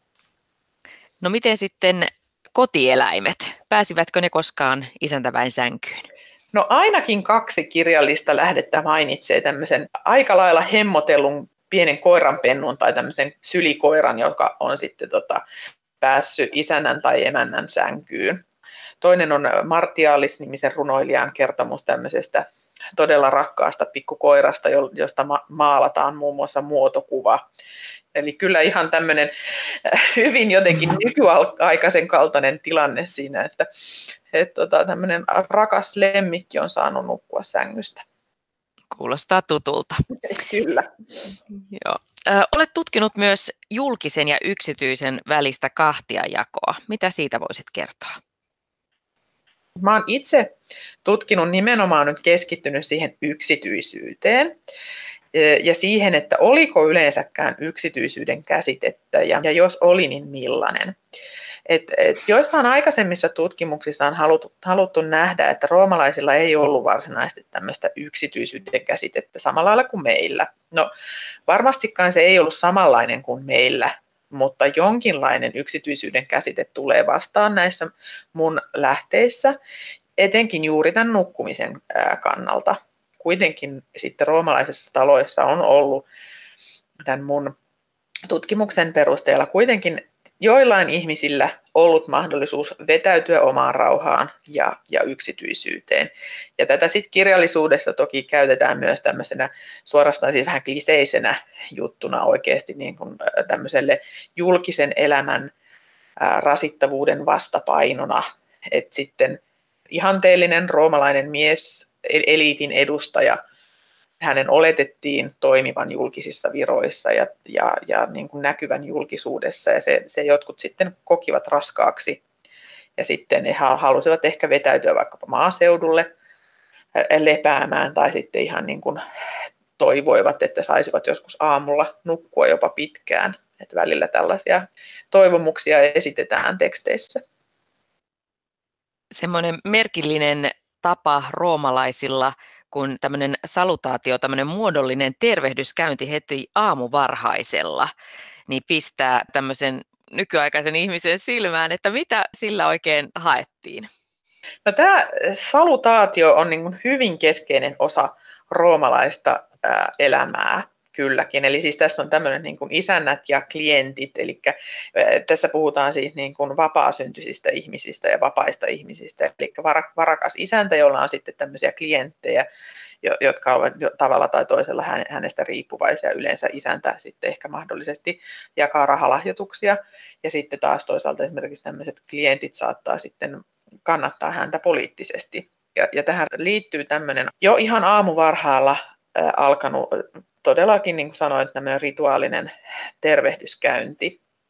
No miten sitten kotieläimet? Pääsivätkö ne koskaan isäntäväen sänkyyn? No ainakin kaksi kirjallista lähdettä mainitsee tämmöisen aika lailla hemmotellun pienen koiranpennun tai tämmöisen sylikoiran, joka on sitten tota, päässyt isännän tai emännän sänkyyn. Toinen on Martialis-nimisen runoilijan kertomus tämmöisestä todella rakkaasta pikkukoirasta, josta maalataan muun muassa muotokuva. Eli kyllä ihan tämmöinen hyvin jotenkin nykyaikaisen kaltainen tilanne siinä, että, että tota, tämmöinen rakas lemmikki on saanut nukkua sängystä. Kuulostaa tutulta. Kyllä. Joo. Ö, olet tutkinut myös julkisen ja yksityisen välistä kahtiajakoa. Mitä siitä voisit kertoa? Mä oon itse tutkinut nimenomaan nyt keskittynyt siihen yksityisyyteen ja siihen, että oliko yleensäkään yksityisyyden käsitettä ja, ja jos oli, niin millainen. Et, et joissain aikaisemmissa tutkimuksissa on haluttu, haluttu nähdä, että roomalaisilla ei ollut varsinaisesti tämmöistä yksityisyyden käsitettä samalla lailla kuin meillä. No varmastikaan se ei ollut samanlainen kuin meillä, mutta jonkinlainen yksityisyyden käsite tulee vastaan näissä mun lähteissä, etenkin juuri tämän nukkumisen kannalta. Kuitenkin sitten roomalaisissa taloissa on ollut tämän mun tutkimuksen perusteella kuitenkin joillain ihmisillä ollut mahdollisuus vetäytyä omaan rauhaan ja, ja yksityisyyteen. Ja tätä sitten kirjallisuudessa toki käytetään myös tämmöisenä suorastaan siis vähän kliseisenä juttuna oikeasti niin kuin tämmöiselle julkisen elämän ää, rasittavuuden vastapainona. Että sitten ihanteellinen roomalainen mies, eliitin edustaja, hänen oletettiin toimivan julkisissa viroissa ja, ja, ja niin kuin näkyvän julkisuudessa, ja se, se jotkut sitten kokivat raskaaksi. Ja sitten he halusivat ehkä vetäytyä vaikkapa maaseudulle lepäämään, tai sitten ihan niin kuin toivoivat, että saisivat joskus aamulla nukkua jopa pitkään. Että välillä tällaisia toivomuksia esitetään teksteissä. Semmoinen merkillinen tapa roomalaisilla, kun tämmöinen salutaatio, tämmöinen muodollinen tervehdyskäynti heti aamuvarhaisella, niin pistää tämmöisen nykyaikaisen ihmisen silmään, että mitä sillä oikein haettiin? No, tämä salutaatio on niin kuin hyvin keskeinen osa roomalaista ää, elämää. Kylläkin, eli siis tässä on tämmöinen niin kuin isännät ja klientit, eli tässä puhutaan siis niin kuin vapaasyntyisistä ihmisistä ja vapaista ihmisistä, eli varakas isäntä, jolla on sitten tämmöisiä klienttejä, jotka ovat tavalla tai toisella hänestä riippuvaisia, yleensä isäntä sitten ehkä mahdollisesti jakaa rahalahjoituksia, ja sitten taas toisaalta esimerkiksi tämmöiset klientit saattaa sitten kannattaa häntä poliittisesti, ja, ja tähän liittyy tämmöinen jo ihan aamuvarhaalla äh, alkanut todellakin, niin kuin sanoin, tämmöinen rituaalinen tervehdyskäynti.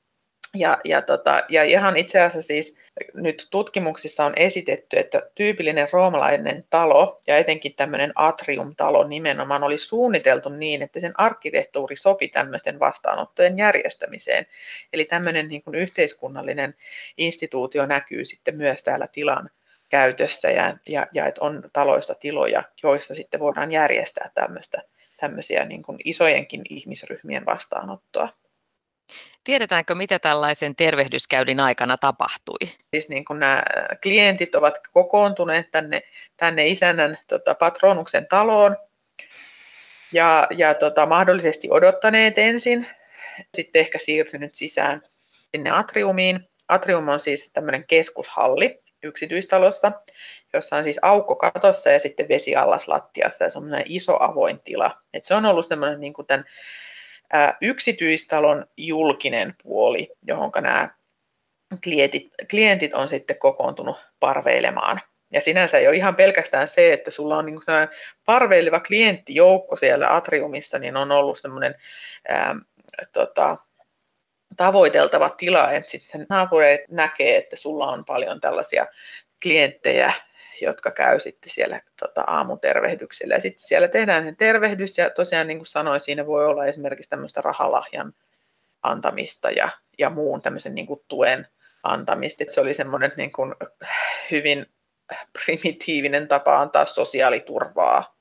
Ja, ja, tota, ja ihan itse asiassa siis nyt tutkimuksissa on esitetty, että tyypillinen roomalainen talo ja etenkin tämmöinen atriumtalo nimenomaan oli suunniteltu niin, että sen arkkitehtuuri sopi tämmöisten vastaanottojen järjestämiseen. Eli tämmöinen niin kuin yhteiskunnallinen instituutio näkyy sitten myös täällä tilan käytössä ja, ja, ja että on taloissa tiloja, joissa sitten voidaan järjestää tämmöistä, tämmöisiä niin kuin isojenkin ihmisryhmien vastaanottoa. Tiedetäänkö, mitä tällaisen tervehdyskäynnin aikana tapahtui? Siis niin kuin nämä klientit ovat kokoontuneet tänne, tänne isännän tota, patronuksen taloon ja, ja tota, mahdollisesti odottaneet ensin, sitten ehkä siirtynyt sisään sinne atriumiin. Atrium on siis tämmöinen keskushalli yksityistalossa, jossa on siis aukko katossa ja sitten vesi allas lattiassa ja semmoinen iso avoin tila. Et se on ollut semmoinen niin kuin tämän ää, yksityistalon julkinen puoli, johon nämä klientit, klientit on sitten kokoontunut parveilemaan. Ja sinänsä ei ole ihan pelkästään se, että sulla on niin sellainen parveileva klienttijoukko siellä atriumissa, niin on ollut semmoinen ää, tota, tavoiteltava tila, että sitten naapureet näkee, että sulla on paljon tällaisia klienttejä, jotka käy sitten siellä tota, aamutervehdyksellä. Ja sitten siellä tehdään sen tervehdys, ja tosiaan niin kuin sanoin, siinä voi olla esimerkiksi tämmöistä rahalahjan antamista ja, ja muun tämmöisen niin kuin tuen antamista. Et se oli semmoinen niin kuin hyvin primitiivinen tapa antaa sosiaaliturvaa.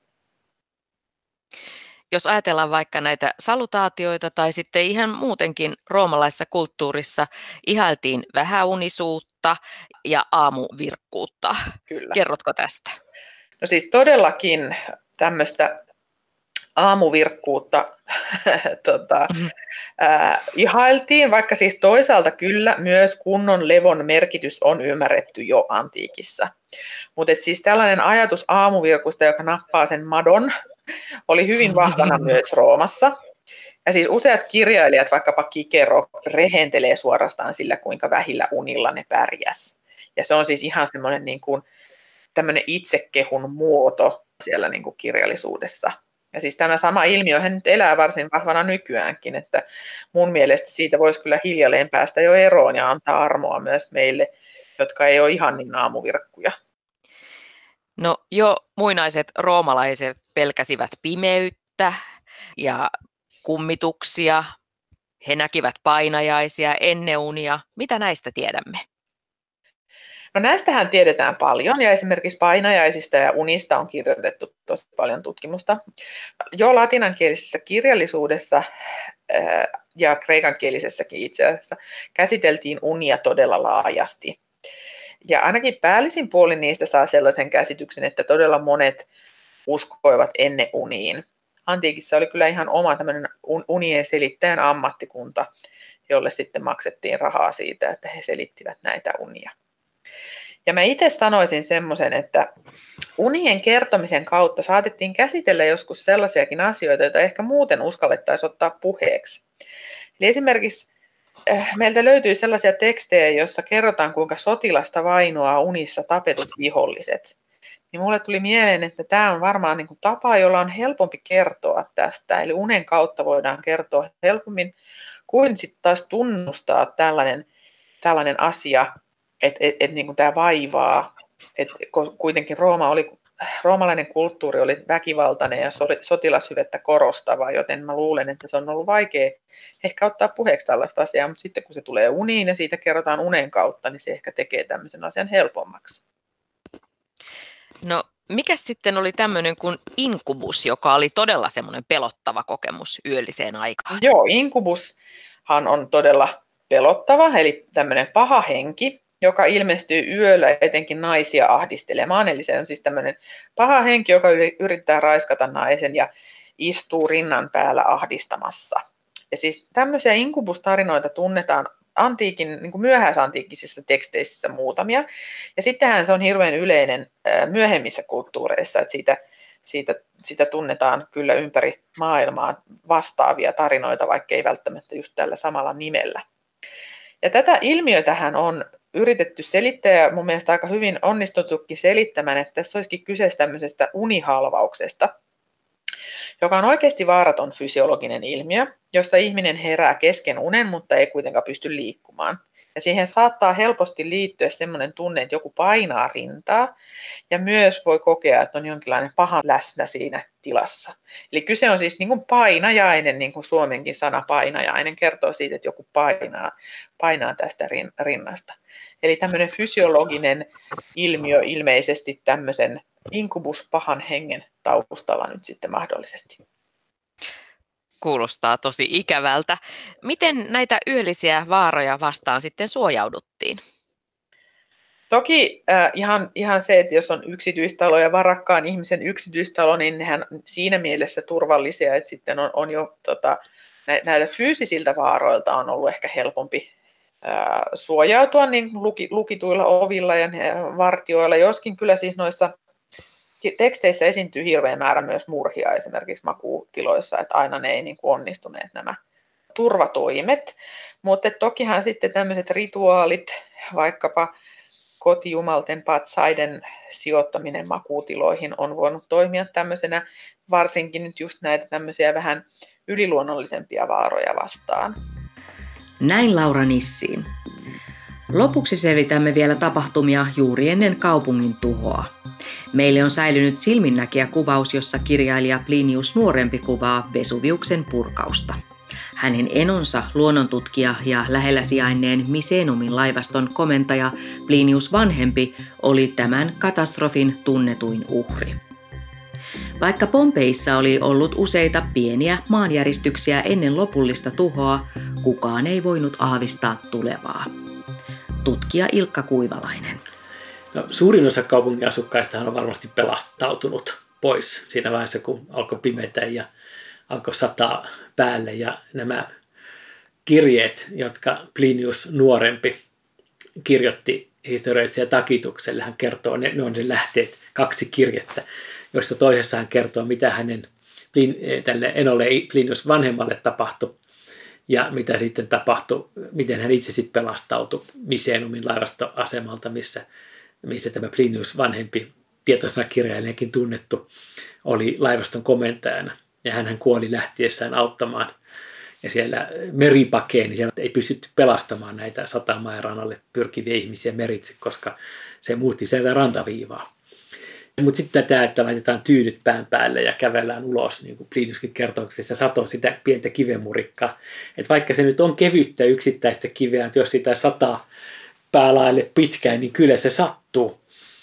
Jos ajatellaan vaikka näitä salutaatioita tai sitten ihan muutenkin roomalaisessa kulttuurissa ihailtiin vähäunisuutta ja aamuvirkkuutta. Kyllä. Kerrotko tästä? No siis todellakin tämmöistä aamuvirkkuutta tota, ää, ihailtiin, vaikka siis toisaalta kyllä myös kunnon levon merkitys on ymmärretty jo antiikissa. Mutta siis tällainen ajatus aamuvirkusta, joka nappaa sen madon, oli hyvin vahvana myös Roomassa. Ja siis useat kirjailijat, vaikkapa Cicero, rehentelee suorastaan sillä, kuinka vähillä unilla ne pärjäs. Ja se on siis ihan semmoinen niin kuin tämmöinen itsekehun muoto siellä niin kuin kirjallisuudessa. Ja siis tämä sama ilmiöhän nyt elää varsin vahvana nykyäänkin, että mun mielestä siitä voisi kyllä hiljalleen päästä jo eroon ja antaa armoa myös meille, jotka ei ole ihan niin aamuvirkkuja. No jo muinaiset roomalaiset pelkäsivät pimeyttä ja kummituksia. He näkivät painajaisia, enneunia. Mitä näistä tiedämme? No näistähän tiedetään paljon ja esimerkiksi painajaisista ja unista on kirjoitettu tosi paljon tutkimusta. Jo latinankielisessä kirjallisuudessa ja kreikankielisessäkin itse asiassa käsiteltiin unia todella laajasti. Ja ainakin päällisin puolin niistä saa sellaisen käsityksen, että todella monet uskoivat ennen uniin. Antiikissa oli kyllä ihan oma tämmöinen unien selittäjän ammattikunta, jolle sitten maksettiin rahaa siitä, että he selittivät näitä unia. Ja mä itse sanoisin semmoisen, että unien kertomisen kautta saatettiin käsitellä joskus sellaisiakin asioita, joita ehkä muuten uskallettaisiin ottaa puheeksi. Eli esimerkiksi meiltä löytyy sellaisia tekstejä, joissa kerrotaan, kuinka sotilasta vainoaa unissa tapetut viholliset. Niin mulle tuli mieleen, että tämä on varmaan niin kuin tapa, jolla on helpompi kertoa tästä. Eli unen kautta voidaan kertoa helpommin kuin sitten taas tunnustaa tällainen, tällainen asia, että et, et, niin tämä vaivaa. Et kuitenkin Rooma oli, roomalainen kulttuuri oli väkivaltainen ja sotilashyvettä korostava, joten mä luulen, että se on ollut vaikea ehkä ottaa puheeksi tällaista asiaa, mutta sitten kun se tulee uniin ja siitä kerrotaan unen kautta, niin se ehkä tekee tämmöisen asian helpommaksi. No, mikä sitten oli tämmöinen kuin inkubus, joka oli todella semmoinen pelottava kokemus yölliseen aikaan? Joo, inkubushan on todella pelottava, eli tämmöinen paha henki, joka ilmestyy yöllä etenkin naisia ahdistelemaan. Eli se on siis tämmöinen paha henki, joka yrittää raiskata naisen ja istuu rinnan päällä ahdistamassa. Ja siis tämmöisiä inkubustarinoita tunnetaan antiikin, niin kuin myöhäisantiikisissa teksteissä muutamia. Ja sittenhän se on hirveän yleinen myöhemmissä kulttuureissa, että siitä, siitä, sitä tunnetaan kyllä ympäri maailmaa vastaavia tarinoita, vaikka ei välttämättä just tällä samalla nimellä. Ja tätä ilmiötähän on yritetty selittää ja mun mielestä aika hyvin onnistuttukin selittämään, että tässä olisikin kyse tämmöisestä unihalvauksesta, joka on oikeasti vaaraton fysiologinen ilmiö, jossa ihminen herää kesken unen, mutta ei kuitenkaan pysty liikkumaan. Ja siihen saattaa helposti liittyä sellainen tunne, että joku painaa rintaa, ja myös voi kokea, että on jonkinlainen paha läsnä siinä tilassa. Eli kyse on siis niin kuin painajainen, niin kuin suomenkin sana painajainen kertoo siitä, että joku painaa, painaa tästä rinnasta. Eli tämmöinen fysiologinen ilmiö ilmeisesti tämmöisen inkubus pahan hengen taustalla nyt sitten mahdollisesti. Kuulostaa tosi ikävältä. Miten näitä yöllisiä vaaroja vastaan sitten suojauduttiin? Toki äh, ihan, ihan se, että jos on yksityistalo ja varakkaan ihmisen yksityistalo, niin nehän siinä mielessä turvallisia, että sitten on, on jo tota, näitä fyysisiltä vaaroilta on ollut ehkä helpompi äh, suojautua niin luki, lukituilla ovilla ja vartioilla, joskin kyllä siis noissa teksteissä esiintyy hirveän määrä myös murhia esimerkiksi makuutiloissa, että aina ne ei niin kuin onnistuneet nämä turvatoimet, mutta tokihan sitten tämmöiset rituaalit, vaikkapa kotijumalten patsaiden sijoittaminen makuutiloihin on voinut toimia tämmöisenä, varsinkin nyt just näitä tämmöisiä vähän yliluonnollisempia vaaroja vastaan. Näin Laura Nissiin. Lopuksi selvitämme vielä tapahtumia juuri ennen kaupungin tuhoa. Meille on säilynyt silminnäkijä kuvaus, jossa kirjailija Plinius nuorempi kuvaa Vesuviuksen purkausta. Hänen enonsa, luonnontutkija ja lähellä sijainneen Misenumin laivaston komentaja Plinius vanhempi oli tämän katastrofin tunnetuin uhri. Vaikka Pompeissa oli ollut useita pieniä maanjäristyksiä ennen lopullista tuhoa, kukaan ei voinut aavistaa tulevaa. Tutkija Ilkka Kuivalainen. No, suurin osa kaupungin asukkaista on varmasti pelastautunut pois siinä vaiheessa, kun alkoi pimetä ja alkoi sataa päälle. Ja nämä kirjeet, jotka Plinius nuorempi kirjoitti historiallisia takitukselle, hän kertoo, ne, ne on ne lähteet, kaksi kirjettä, joista toisessa hän kertoo, mitä hänen tälle enolle Plinius vanhemmalle tapahtui ja mitä sitten tapahtui, miten hän itse sitten pelastautui Misenumin laivastoasemalta, missä, missä tämä Plinius vanhempi, tietoisena kirjailijakin tunnettu, oli laivaston komentajana. Ja hän kuoli lähtiessään auttamaan. Ja siellä meripakeen, niin siellä ei pystytty pelastamaan näitä satamaa ja rannalle pyrkiviä ihmisiä meritse, koska se muutti sieltä rantaviivaa. Mutta sitten tämä, että laitetaan tyynyt pään päälle ja kävellään ulos, niin kuin Pliniuskin kertoo, että se satoo sitä pientä kivenmurikkaa. Että vaikka se nyt on kevyttä yksittäistä kiveä, että jos sitä sataa päälaille pitkään, niin kyllä se sattuu.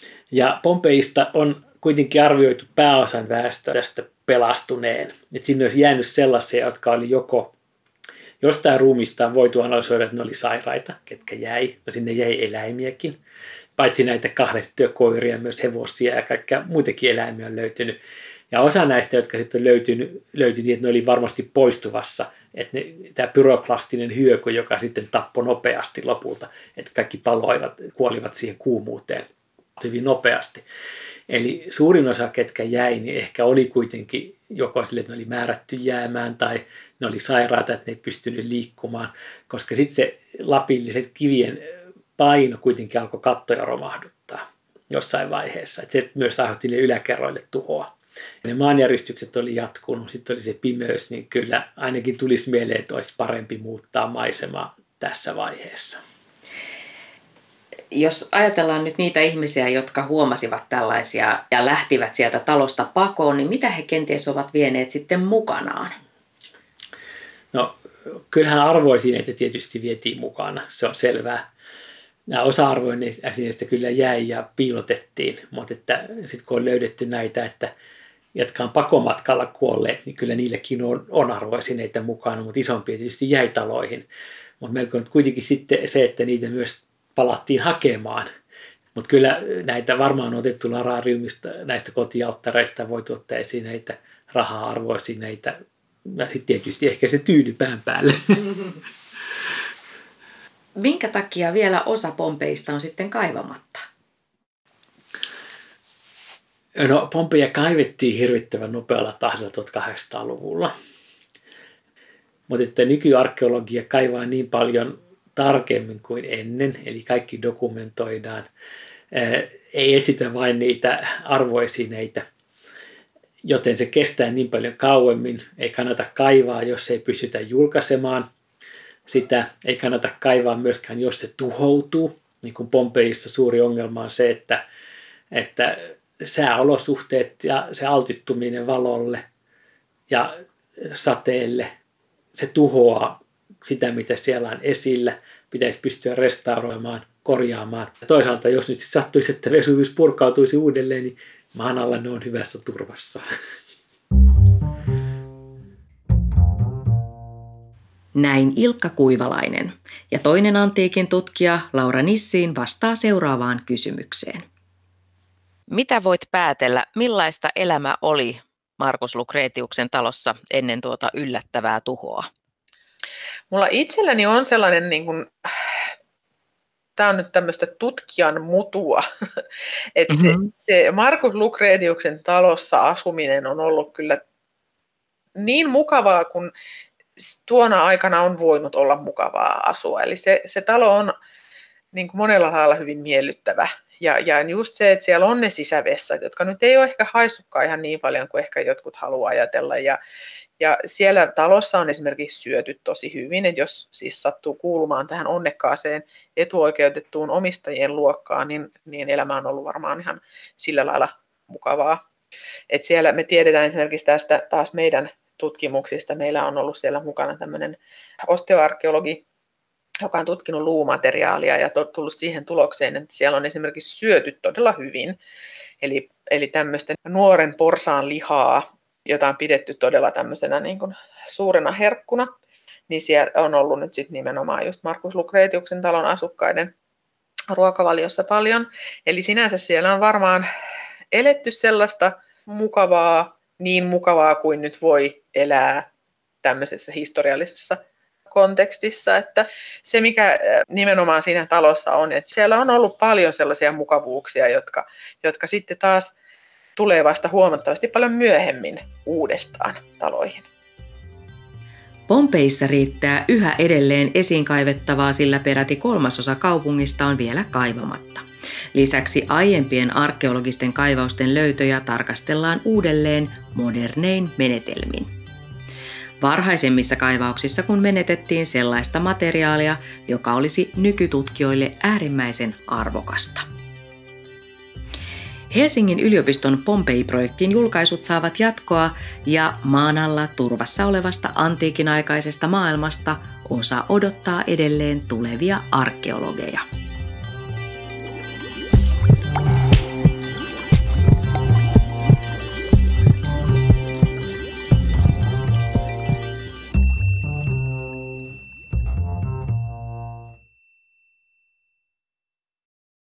Ja Pompeista on kuitenkin arvioitu pääosan väestöstä pelastuneen. Että sinne olisi jäänyt sellaisia, jotka oli joko jostain ruumistaan voitu analysoida, että ne oli sairaita, ketkä jäi. No sinne jäi eläimiäkin. Paitsi näitä kahdettuja koiria, myös hevosia ja kaikkia muitakin eläimiä on löytynyt. Ja osa näistä, jotka sitten on löytynyt, löytynyt että ne oli varmasti poistuvassa. Että ne, tämä pyroklastinen hyöky, joka sitten tappoi nopeasti lopulta, että kaikki paloivat, kuolivat siihen kuumuuteen hyvin nopeasti. Eli suurin osa, ketkä jäi, niin ehkä oli kuitenkin joko sille, että ne oli määrätty jäämään tai ne oli sairaata, että ne ei pystynyt liikkumaan, koska sitten se lapilliset kivien paino kuitenkin alkoi kattoja romahduttaa jossain vaiheessa. Että se myös aiheutti niille yläkerroille tuhoa. Ja ne maanjäristykset oli jatkunut, sitten oli se pimeys, niin kyllä ainakin tulisi mieleen, että olisi parempi muuttaa maisemaa tässä vaiheessa. Jos ajatellaan nyt niitä ihmisiä, jotka huomasivat tällaisia ja lähtivät sieltä talosta pakoon, niin mitä he kenties ovat vieneet sitten mukanaan? No, kyllähän arvoesineitä tietysti vietiin mukana, se on selvää. Nämä osa-arvoesineistä kyllä jäi ja piilotettiin, mutta sitten kun on löydetty näitä, että jotka on pakomatkalla kuolleet, niin kyllä niilläkin on, on arvoesineitä mukana, mutta isompia tietysti jäi taloihin. Mutta melko on kuitenkin sitten se, että niitä myös palattiin hakemaan. Mutta kyllä näitä varmaan on otettu larariumista, näistä kotialttareista voi tuottaa esiin näitä raha-arvoesineitä. Ja sitten tietysti ehkä se tyyny pään päälle. Minkä takia vielä osa Pompeista on sitten kaivamatta? No, Pompeja kaivettiin hirvittävän nopealla tahdilla tuhatkahdeksansataaluvulla. Mutta että nykyarkeologia kaivaa niin paljon tarkemmin kuin ennen, eli kaikki dokumentoidaan. Ei etsitä vain niitä arvoesineitä. joten se kestää niin paljon kauemmin. Ei kannata kaivaa, jos ei pystytä julkaisemaan sitä. Ei kannata kaivaa myöskään, jos se tuhoutuu. Niin kuin Pompeissa suuri ongelma on se, että, että sääolosuhteet ja se altistuminen valolle ja sateelle, se tuhoaa sitä, mitä siellä on esillä. Pitäisi pystyä restauroimaan, korjaamaan. Ja toisaalta, jos nyt sattuisi, että Vesuvius purkautuisi uudelleen, niin maan alla ne on hyvässä turvassa. Näin Ilkka Kuivalainen. Ja toinen antiikin tutkija Laura Nissiin vastaa seuraavaan kysymykseen. Mitä voit päätellä, millaista elämä oli Markus Lucretiuksen talossa ennen tuota yllättävää tuhoa? Mulla itselläni on sellainen, niin kuin, tämä on nyt tämmöistä tutkijan mutua, että mm-hmm. se, se Markus Lucretiuksen talossa asuminen on ollut kyllä niin mukavaa, kun tuona aikana on voinut olla mukavaa asua. Eli se, se talo on niin kuin monella lailla hyvin miellyttävä. Ja, ja just se, että siellä on ne sisävessat, jotka nyt ei ole ehkä haissutkaan ihan niin paljon kuin ehkä jotkut haluaa ajatella. Ja, ja siellä talossa on esimerkiksi syöty tosi hyvin, että jos siis sattuu kuulumaan tähän onnekkaaseen etuoikeutettuun omistajien luokkaan, niin, niin elämä on ollut varmaan ihan sillä lailla mukavaa. Et siellä me tiedetään esimerkiksi tästä taas meidän tutkimuksista. Meillä on ollut siellä mukana tämmöinen osteoarkeologi, joka on tutkinut luumateriaalia ja tullut siihen tulokseen, että siellä on esimerkiksi syöty todella hyvin. Eli, eli tämmöistä nuoren porsaan lihaa, jota on pidetty todella tämmöisenä niin kuin suurena herkkuna, niin siellä on ollut nyt sitten nimenomaan just Markus Lucretiuksen talon asukkaiden ruokavaliossa paljon. Eli sinänsä siellä on varmaan eletty sellaista mukavaa, niin mukavaa kuin nyt voi elää tämmöisessä historiallisessa kontekstissa, että se mikä nimenomaan siinä talossa on, että siellä on ollut paljon sellaisia mukavuuksia, jotka, jotka sitten taas tulee vasta huomattavasti paljon myöhemmin uudestaan taloihin. Pompeissa riittää yhä edelleen esiin kaivettavaa, sillä peräti kolmasosa kaupungista on vielä kaivamatta. Lisäksi aiempien arkeologisten kaivausten löytöjä tarkastellaan uudelleen modernein menetelmin. Varhaisemmissa kaivauksissa kun menetettiin sellaista materiaalia, joka olisi nykytutkijoille äärimmäisen arvokasta. Helsingin yliopiston Pompei-projektin julkaisut saavat jatkoa ja maan alla turvassa olevasta antiikin aikaisesta maailmasta osa odottaa edelleen tulevia arkeologeja.